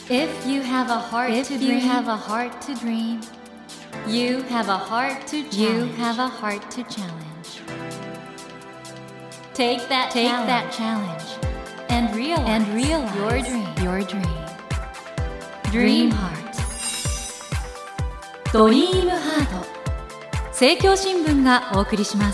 If you have a heart to dream, you have a heart to dream. You have a heart to challenge. You have a heart to challenge. Take that challenge and realize your dream. Dream Heart. ドリームハート。政教新聞がお送りします。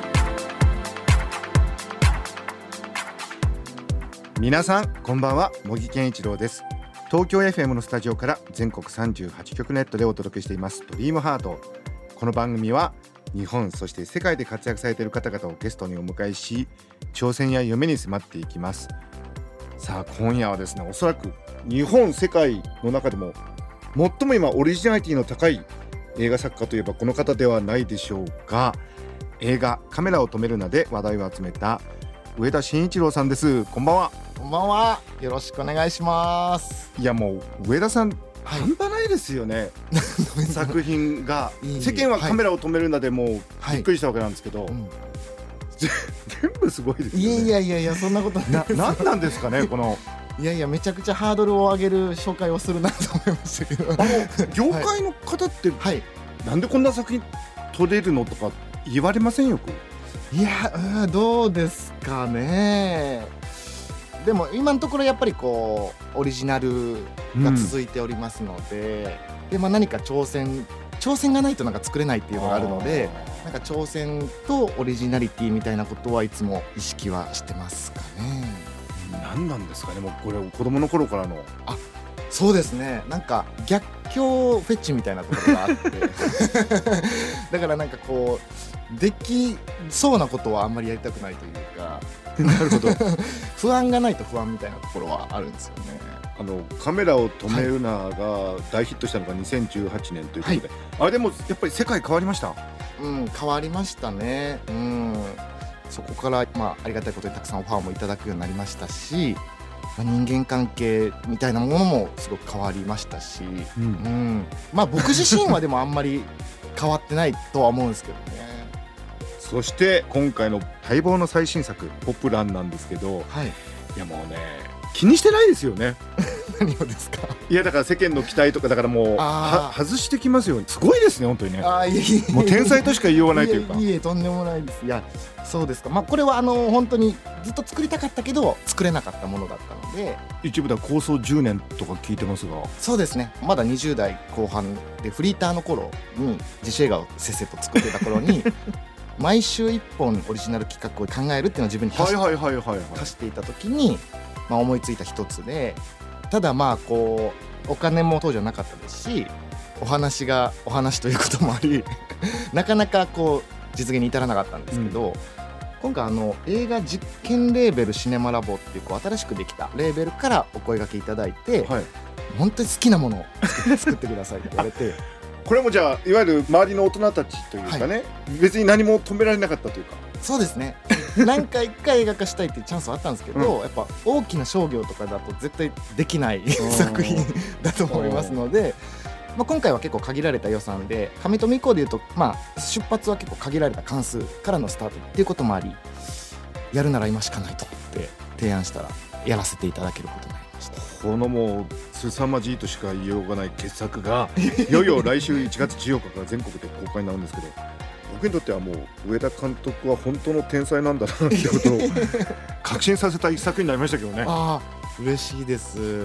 皆さんこんばんは、茂木健一郎です。東京 FM のスタジオから全国38局ネットでお届けしていますドリームハート。この番組は日本そして世界で活躍されている方々をゲストにお迎えし、挑戦や夢に迫っていきます。さあ今夜はですね、おそらく日本世界の中でも最も今オリジナリティの高い映画作家といえばこの方ではないでしょうか。映画カメラを止めるなで話題を集めた上田慎一郎さんです。こんばんは。 こんばんは、よろしくお願いします。 いやもう上田さん、半端ないですよね作品が世間はカメラを止めるなでもうびっくりしたわけなんですけど、全部すごいですよね。 いやそんなことないです。 何なんですかねこのいやめちゃくちゃハードルを上げる紹介をするなと思いましたけど、 業界の方って、なんでこんな作品撮れるのとか言われませんよ。 いやどうですかね。でも今のところやっぱりこうオリジナルが続いておりますので、で何か挑戦がないとなんか作れないっていうのがあるので、なんか挑戦とオリジナリティみたいなことはいつも意識はしてますかね。 何なんですかね、もうこれ子供の頃からの。 そうですね、なんか逆境フェチみたいなところがあってだからなんかこうできそうなことはあんまりやりたくないというかなるほど不安がないと不安みたいなところはあるんですよね。 カメラを止めるなが大ヒットしたのが2018年ということで、あれでもやっぱり世界変わりました。 変わりましたね。そこから、ありがたいことにたくさんオファーもいただくようになりましたし、人間関係みたいなものもすごく変わりましたし、僕自身はでもあんまり変わってないとは思うんですけどねそして今回の待望の最新作ポプランなんですけど、いやもうね気にしてないですよね何をですか。 いやだから世間の期待とかだからもう外してきますよ。すごいですね本当にね。もう天才としか言いようがないというか。 いえとんでもないです。いやそうですか。これは本当にずっと作りたかったけど作れなかったものだったので、 一部では構想10年とか聞いてますが。 そうですね、まだ20代後半でフリーターの頃に自主映画をせっせと作ってた頃に毎週1本オリジナル企画を考えるっていうのを自分に課していた時に、思いついた一つで、ただこうお金も当時はなかったですし、お話ということもありなかなかこう実現に至らなかったんですけど、今回映画実験レーベルシネマラボっていう新しくできたレーベルからお声掛けいただいて、本当に好きなものを作ってくださいって言われてこれもじゃあいわゆる周りの大人たちというかね、別に何も止められなかったというか。 そうですね何回か映画化したいっていうチャンスはあったんですけど、やっぱ大きな商業とかだと絶対できない作品だと思いますので、今回は結構限られた予算で、亀富以降でいうと、出発は結構限られた関数からのスタートっていうこともあり、やるなら今しかないとって提案したらやらせていただけることになりました。 このもう凄まじいとしか言いようがない傑作がいよいよ来週1月14日から全国で公開になるんですけど、僕にとってはもう上田監督は本当の天才なんだなってことを確信させた一作になりましたけどね。 嬉しいです。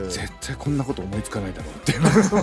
絶対こんなこと思いつかないだろうって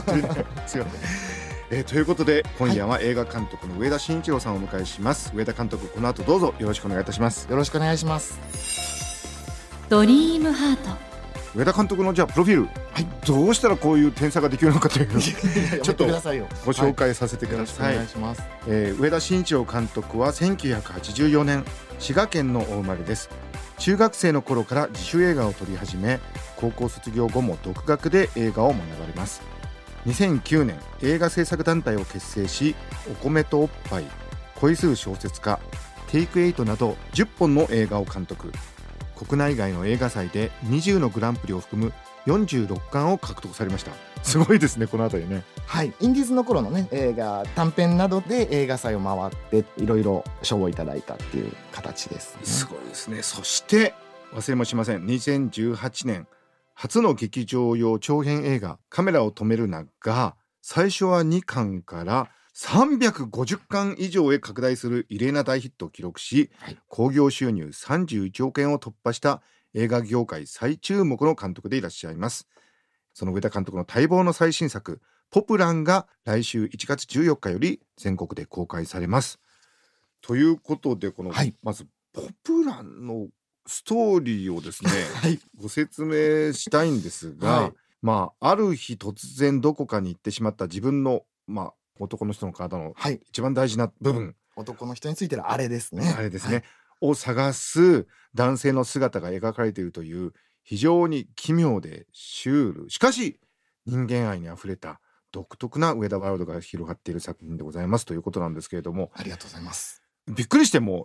いうということで今夜は映画監督の上田慎一郎さんをお迎えします。上田監督、この後どうぞよろしくお願いいたします。 よろしくお願いします。 ドリームハート。 上田監督のじゃあプロフィール、どうしたらこういう天才ができるのかというのをちょっとご紹介させてください。 お願いします。 上田慎一郎監督は1984年滋賀県のお生まれです。中学生の頃から自主映画を撮り始め、高校卒業後も独学で映画を学ばれます。2009年映画制作団体を結成し、お米とおっぱい、恋する小説家、テイク8など10本の映画を監督。国内外の映画祭で20のグランプリを含む46冠を獲得されました。すごいですねこのあたりね。 インディーズの頃のね映画短編などで映画祭を回っていろいろ賞をいただいたっていう形ですね。 すごいですね。そして忘れもしません、2018年初の劇場用長編映画カメラを止めるなが最初は2巻から350巻以上へ拡大する異例な大ヒットを記録し、興行収入31億円を突破した映画業界最注目の監督でいらっしゃいます。その上田監督の待望の最新作ポプランが来週1月14日より全国で公開されます。ということでこの、まずポプランのストーリーをですね、ご説明したいんですが、ある日突然どこかに行ってしまった自分の、男の人の体の一番大事な部分、 男の人についてるあれですね、 を探す男性の姿が描かれているという非常に奇妙でシュール、しかし人間愛にあふれた独特な上田ワールドが広がっている作品でございますということなんですけれども、 ありがとうございます。 びっくりしても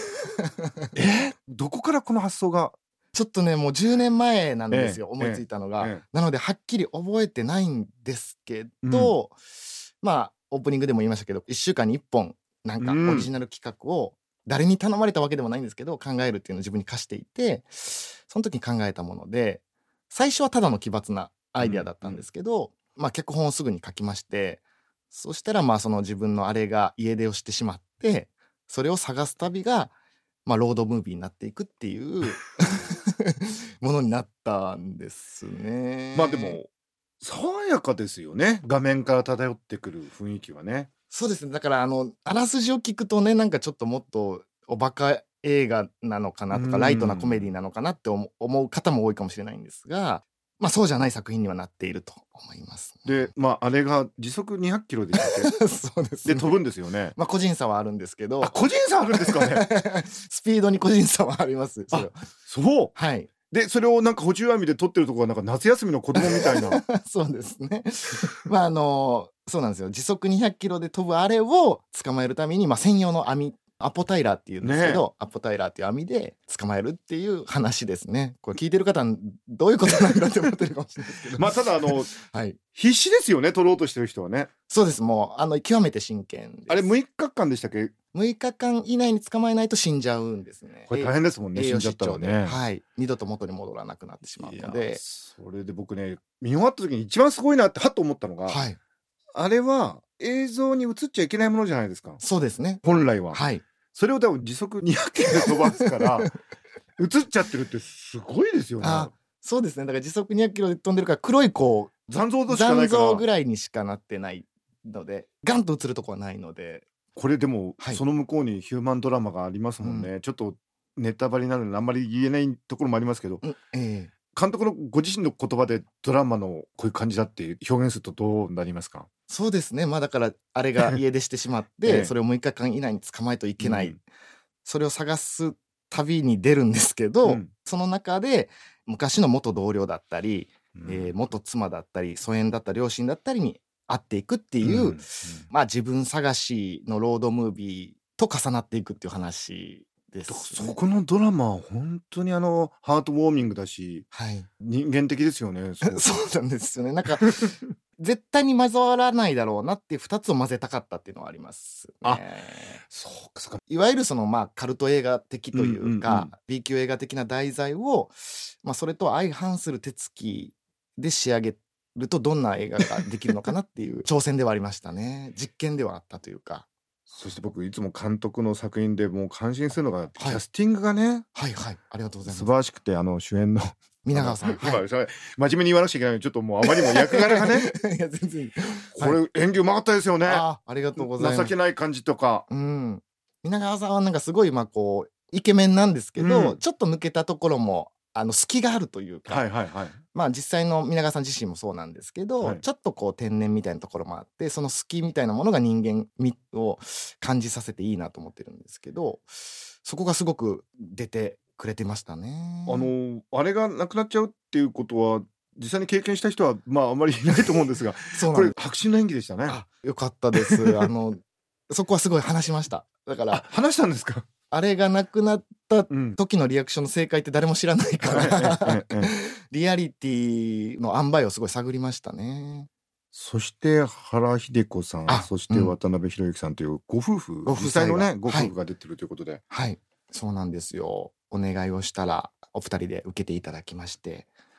どこからこの発想が。 ちょっとねもう10年前なんですよ、思いついたのが、なのではっきり覚えてないんですけど、オープニングでも言いましたけど1週間に1本なんかオリジナル企画を誰に頼まれたわけでもないんですけど考えるっていうのを自分に課していて、その時に考えたもので、最初はただの奇抜なアイデアだったんですけど、脚本をすぐに書きまして、そしたらその自分のあれが家出をしてしまって、それを探す旅がロードムービーになっていくっていうものになったんですね。 でも爽やかですよね、画面から漂ってくる雰囲気はね。 そうですね、だからあらすじを聞くとね、なんかちょっともっとおバカ映画なのかなとかライトなコメディなのかなって思う方も多いかもしれないんですが、そうじゃない作品にはなっていると思います、 ね。であれが時速200キロでそうですね、 で飛ぶんですよね。 個人差はあるんですけど。 個人差あるんですかねスピードに個人差はあります。 そう、 はい。 でそれをなんか補充網で撮ってるところがなんか夏休みの子供みたいなそうですねそうなんですよ、時速200キロで飛ぶあれを捕まえるために、専用の網、アポタイラーっていうんですけど、アポタイラーっていう網で捕まえるっていう話ですね。これ聞いてる方どういうことなんだって思ってるかもしれないですけどただ必死ですよね、撮ろうとしてる人はね。 そうです、もう極めて真剣です。 あれ6日間でしたっけ ？6日間以内に捕まえないと死んじゃうんですね。 これ大変ですもんね、死んじゃったらね。 二度と元に戻らなくなってしまうので。 それで僕ね見終わった時に一番すごいなってはっと思ったのが、あれは映像に映っちゃいけないものじゃないですか。 そうですね、 本来は。それを多分時速200キロで飛ばすから映っちゃってるってすごいですよね。 そうですね、だから時速200キロで飛んでるから黒い残像ぐらいにしかなってないので、ガンと映るとこはないので。 これでも、その向こうにヒューマンドラマがありますもんね。ちょっとネタバレになるのであんまり言えないところもありますけど、監督のご自身の言葉でドラマのこういう感じだって表現するとどうなりますか？ そうですね、だからあれが家出してしまって、それを6日間以内に捕まえといけない、それを探す旅に出るんですけど、その中で昔の元同僚だったり、元妻だったり疎遠だった両親だったりに会っていくっていう、自分探しのロードムービーと重なっていくっていう話です、 そこのドラマは本当にハートウォーミングだし、人間的ですよね。 そうなんですよね。なんか絶対に混ざらないだろうなっていう2つを混ぜたかったっていうのはありますね。 そうか。 いわゆるカルト映画的というか、B 級映画的な題材を、それと相反する手つきで仕上げるとどんな映画ができるのかなっていう挑戦ではありましたね。実験ではあったというか。 そして僕いつも監督の作品でもう感心するのが、キャスティングがね、 ありがとうございます。 素晴らしくて、主演の皆川さん、 真面目に言わなくちゃいけないのでちょっともうあまりにも役柄がねいや全然これ演技うまかったですよね。 ありがとうございます。 情けない感じとか、 皆川さんはなんかすごいイケメンなんですけど、ちょっと抜けたところも隙があるというか、実際の皆川さん自身もそうなんですけど、ちょっと天然みたいなところもあって、その隙みたいなものが人間味を感じさせていいなと思ってるんですけど、そこがすごく出てくれてましたね。 あれがなくなっちゃうっていうことは実際に経験した人はあまりいないと思うんですがこれ迫真の演技でしたね。 よかったですそこはすごい話しました。だから話したんですか？ あれがなくなった時のリアクションの正解って誰も知らないからリアリティの塩梅をすごい探りましたね。 そして原日出子さん、そして渡辺裕之さんというご夫婦、実際のねご夫婦が出てるということで、 はいそうなんですよ。お願いをしたらお二人で受けていただきまして、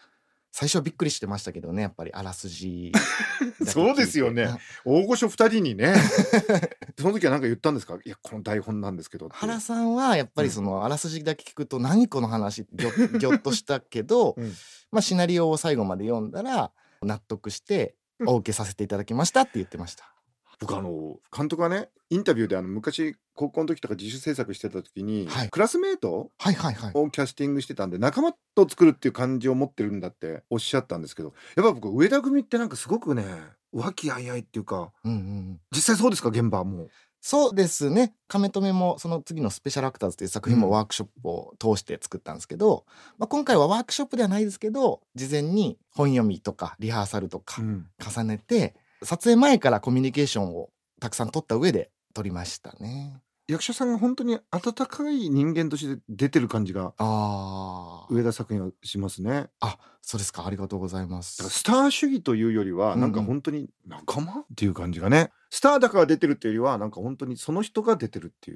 最初はびっくりしてましたけどね、やっぱりあらすじそうですよね、大御所2人にねその時は何か言ったんですか？いやこの台本なんですけどって。 原さんはやっぱりそのあらすじだけ聞くと、何この話ぎょっとしたけど、シナリオを最後まで読んだら納得してお受けさせていただきましたって言ってました。 僕監督がね、インタビューで昔高校の時とか自主制作してた時に、クラスメートをキャスティングしてたんで、仲間と作るっていう感じを持ってるんだっておっしゃったんですけど、やっぱ僕上田組ってなんかすごくね和気あいあいっていうか、実際そうですか？現場もそうですね。亀止もその次のスペシャルアクターズという作品もワークショップを通して作ったんですけど、今回はワークショップではないですけど、事前に本読みとかリハーサルとか重ねて、撮影前からコミュニケーションをたくさん取った上で撮りましたね。 役者さんが本当に温かい人間として出てる感じが上田作品はしますね。 そうですか。ありがとうございます。 だからスター主義というよりはなんか本当に仲間っていう感じがね、スターだから出てるっていうよりはなんか本当にその人が出てるっていう。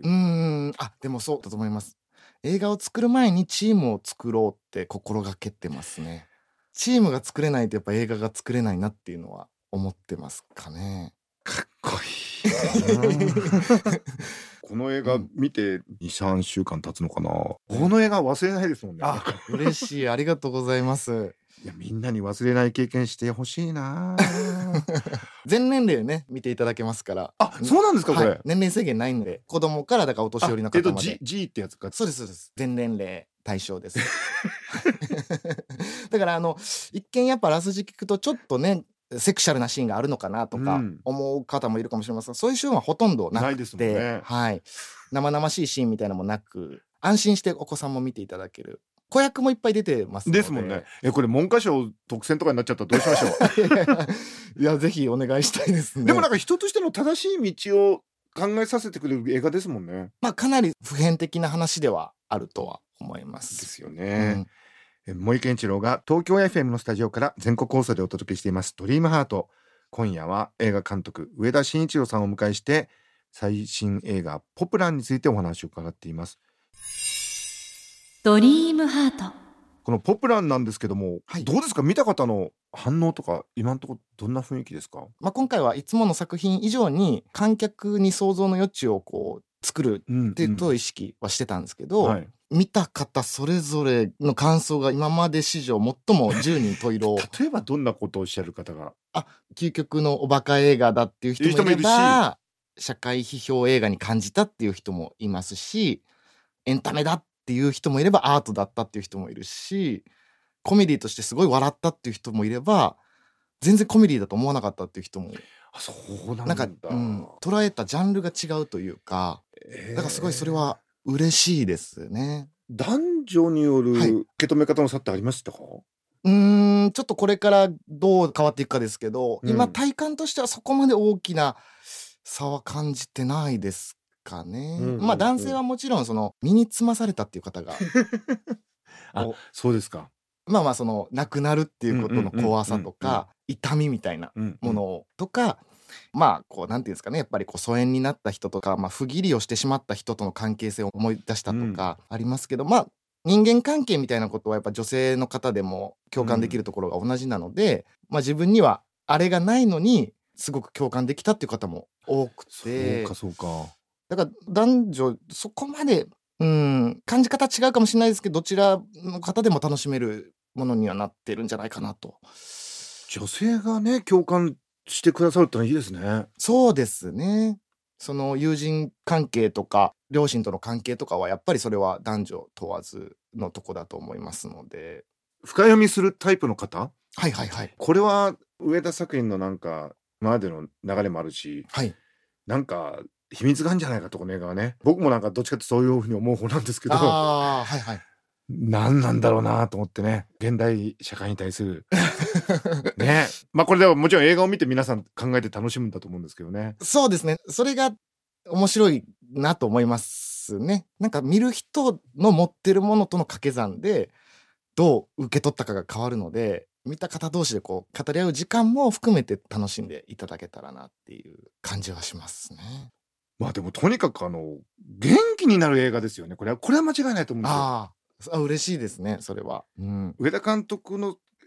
でもそうだと思います。映画を作る前にチームを作ろうって心がけてますね。チームが作れないとやっぱ映画が作れないなっていうのは思ってますかね。 かっこいいこの映画見て 2,3 週間経つのかな。この映画忘れないですもんね。 嬉しい、ありがとうございます。 いやみんなに忘れない経験してほしいな全年齢ね見ていただけますから。 そうなんですか？これ、 年齢制限ないので、子供からだからお年寄りの方まで。 G ってやつか。 そうですそうです。全年齢対象ですだから一見やっぱあらすじ聞くとちょっとねセクシャルなシーンがあるのかなとか思う方もいるかもしれませんが、そういうシーンはほとんどなくて、生々しいシーンみたいなのもなく、安心してお子さんも見ていただける。子役もいっぱい出てますので。 ですもんね。これ文科省特選とかになっちゃったらどうしましょういやぜひお願いしたいですね。 でもなんか人としての正しい道を考えさせてくれる映画ですもんね。 かなり普遍的な話ではあるとは思います。 ですよね。森健一郎が東京 FM のスタジオから全国放送でお届けしていますドリームハート。今夜は映画監督上田慎一郎さんをお迎えして最新映画ポプランについてお話を伺っています。 ドリームハート。 このポプランなんですけども、どうですか？見た方の反応とか今のところどんな雰囲気ですか？ 今回はいつもの作品以上に観客に想像の余地をこう作るっていうと意識はしてたんですけど、見た方それぞれの感想が今まで史上最も10人十色例えばどんなことをおっしゃる方が究極のおバカ映画だっていう人もいれば、社会批評映画に感じたっていう人もいますし、エンタメだっていう人もいればアートだったっていう人もいるし、コメディとしてすごい笑ったっていう人もいれば、全然コメディだと思わなかったっていう人もそうなんだ。 なんか、捉えたジャンルが違うというか、だからすごいそれは嬉しいですね。 男女による受け止め方の差ってありましたか？ ちょっとこれからどう変わっていくかですけど、今体感としてはそこまで大きな差は感じてないですかね。男性はもちろんその身につまされたっていう方がそうですか。 その亡くなるっていうことの怖さとか痛みみたいなものとか、こうなんていうんですかね、やっぱりこう疎遠になった人とか、不義理をしてしまった人との関係性を思い出したとかありますけど、人間関係みたいなことはやっぱ女性の方でも共感できるところが同じなので、自分にはあれがないのにすごく共感できたっていう方も多くて、 そうかだから男女そこまで感じ方違うかもしれないですけど、どちらの方でも楽しめるものにはなってるんじゃないかなと。 女性がね共感してくださるってのはいいですね。 そうですね。その友人関係とか両親との関係とかはやっぱりそれは男女問わずのとこだと思いますので。 深読みするタイプの方、これは上田作品のなんか今までの流れもあるし、なんか秘密があるんじゃないかとこの映画はね、僕もなんかどっちかってそういうふうに思う方なんですけど、何なんだろうなと思ってね、現代社会に対するね、これではもちろん映画を見て皆さん考えて楽しむんだと思うんですけどね。 そうですね、それが面白いなと思いますね。なんか見る人の持ってるものとの掛け算でどう受け取ったかが変わるので、見た方同士でこう語り合う時間も含めて楽しんでいただけたらなっていう感じはしますね。 でもとにかく元気になる映画ですよね。これは間違いないと思うんですよ。 嬉しいですね、それは。 上田監督の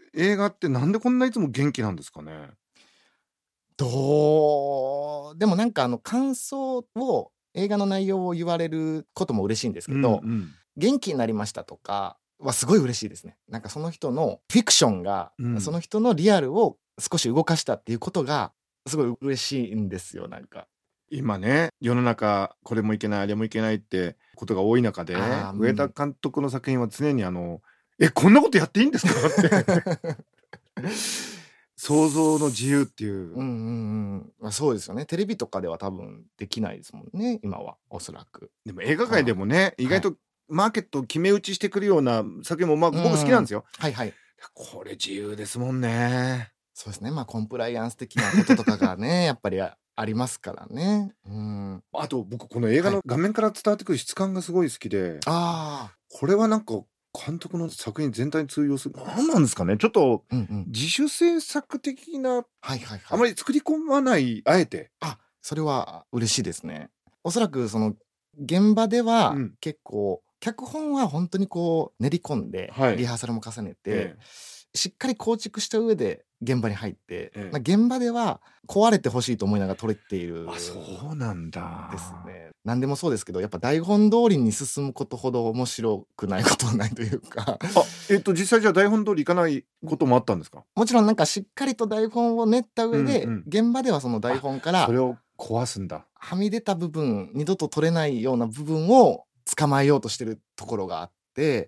映画ってなんでこんないつも元気なんですかね。 でもなんか感想を映画の内容を言われることも嬉しいんですけど、元気になりましたとかはすごい嬉しいですね。なんかその人のフィクションが、その人のリアルを少し動かしたっていうことがすごい嬉しいんですよ。なんか今ね、世の中これもいけないあれもいけないってことが多い中で、上田監督の作品は常にこんなことやっていいんですかって想像の自由っていう。 そうですよね。テレビとかでは多分できないですもんね、今はおそらく。 でも映画界でもね、意外とマーケットを決め打ちしてくるような作品も僕好きなんですよ。これ自由ですもんね。 そうですね。コンプライアンス的なこととかがねやっぱりありますからね。 あと僕この映画の画面から伝わってくる質感がすごい好きで、これはなんか監督の作品全体に通用する、何なんですかね。ちょっと自主制作的な、あまり作り込まないあえて。 それは嬉しいですね。おそらくその現場では結構、脚本は本当にこう練り込んで、リハーサルも重ねて、しっかり構築した上で現場に入って、現場では壊れてほしいと思いながら撮れている。 そうなんだですね。何でもそうですけど、やっぱ台本通りに進むことほど面白くないことはないというか実際じゃあ台本通りいかないこともあったんですか。 もちろんなんかしっかりと台本を練った上で、現場ではその台本からそれを壊すんだ。 はみ出た部分、二度と撮れないような部分を捕まえようとしてるところがあって、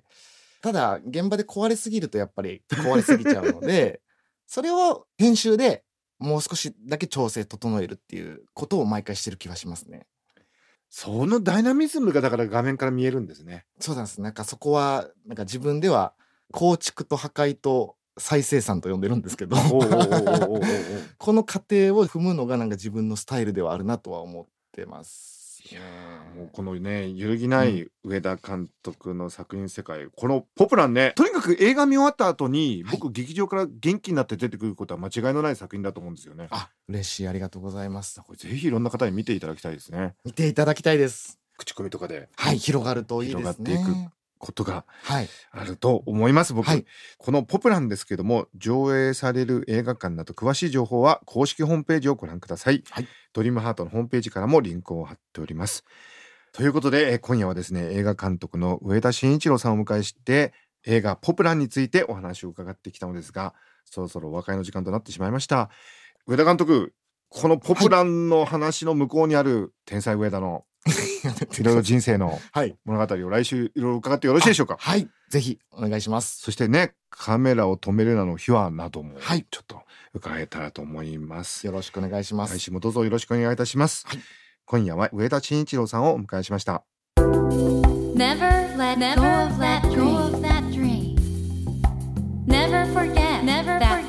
ただ現場で壊れすぎるとやっぱり壊れすぎちゃうのでそれを編集でもう少しだけ調整整えるっていうことを毎回してる気がしますね。 そのダイナミズムがだから画面から見えるんですね。 そうなんです。なんかそこはなんか自分では構築と破壊と再生産と呼んでるんですけどこの過程を踏むのがなんか自分のスタイルではあるなとは思ってます。 いやもうこのね揺るぎない上田監督の作品世界、このポプランね、とにかく映画見終わった後に僕劇場から元気になって出てくることは間違いのない作品だと思うんですよね。 嬉しい、ありがとうございます。 これぜひいろんな方に見ていただきたいですね。 見ていただきたいです。 口コミとかで広がるといいですね。 広がっていくことがあると思います。僕、このポプランですけども、上映される映画館など詳しい情報は公式ホームページをご覧ください。ドリームハートのホームページからもリンクを貼っております。ということで今夜はですね、映画監督の上田慎一郎さんをお迎えして映画ポプランについてお話を伺ってきたのですが、そろそろお別れの時間となってしまいました。上田監督、このポプランの話の向こうにある天才上田のいろいろ人生の物語を来週いろいろ伺ってよろしいでしょうか。 ぜひお願いします。 そしてね、カメラを止めるなの秘話などもちょっと伺えたらと思います。 よろしくお願いします。 来週もどうぞよろしくお願いいたします。今夜は上田慎一郎さんをお迎えしました。 Never let go of that dream. Never forget that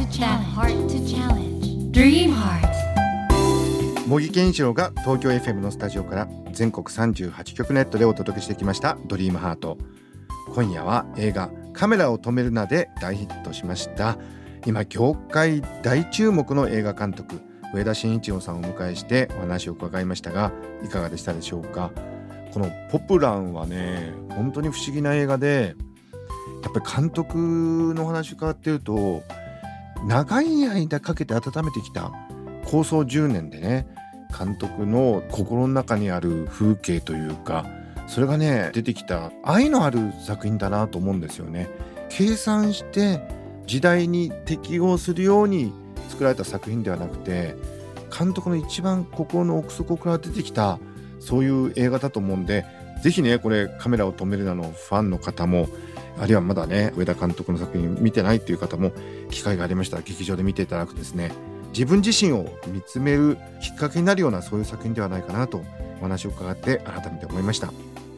heart to challenge. Dream Heart。 茂木健一郎が東京 FM のスタジオから全国38局ネットでお届けしてきましたドリームハート。今夜は映画カメラを止めるなで大ヒットしました。今業界大注目の映画監督上田慎一郎さんをお迎えしてお話を伺いましたが、いかがでしたでしょうか。このポプランはね、本当に不思議な映画で、やっぱり監督の話伺ってると長い間かけて温めてきた構想10年でね、監督の心の中にある風景というか、それがね出てきた愛のある作品だなと思うんですよね。計算して時代に適応するように作られた作品ではなくて、監督の一番心の奥底から出てきたそういう映画だと思うんで、ぜひねこれカメラを止めるなのファンの方も、あるいはまだね上田監督の作品見てないという方も機会がありましたら劇場で見ていただくとですね、自分自身を見つめるきっかけになるようなそういう作品ではないかなとお話を伺って改めて思いました。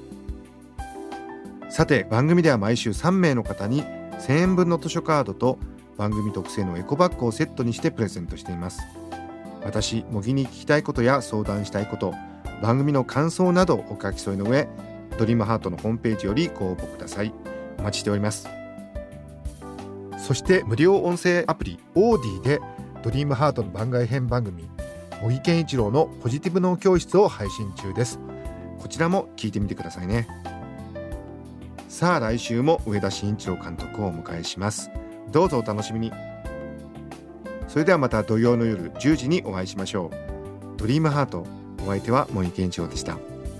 さて番組では毎週3名の方に1000円分の図書カードと番組特製のエコバッグをセットにしてプレゼントしています。私茂木に聞きたいことや相談したいこと、番組の感想などお書き添えの上、ドリームハートのホームページよりご応募ください。お待ちしております。そして無料音声アプリオーディでドリームハートの番外編番組茂木健一郎のポジティブ脳教室を配信中です。こちらも聞いてみてくださいね。さあ来週も上田慎一郎監督をお迎えします。 どうぞお楽しみに。それではまた土曜の夜10時にお会いしましょう。ドリームハート、お相手は茂木健一郎でした。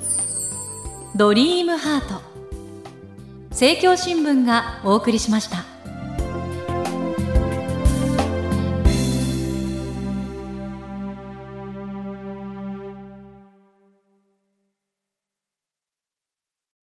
ドリームハート、政教新聞がお送りしました。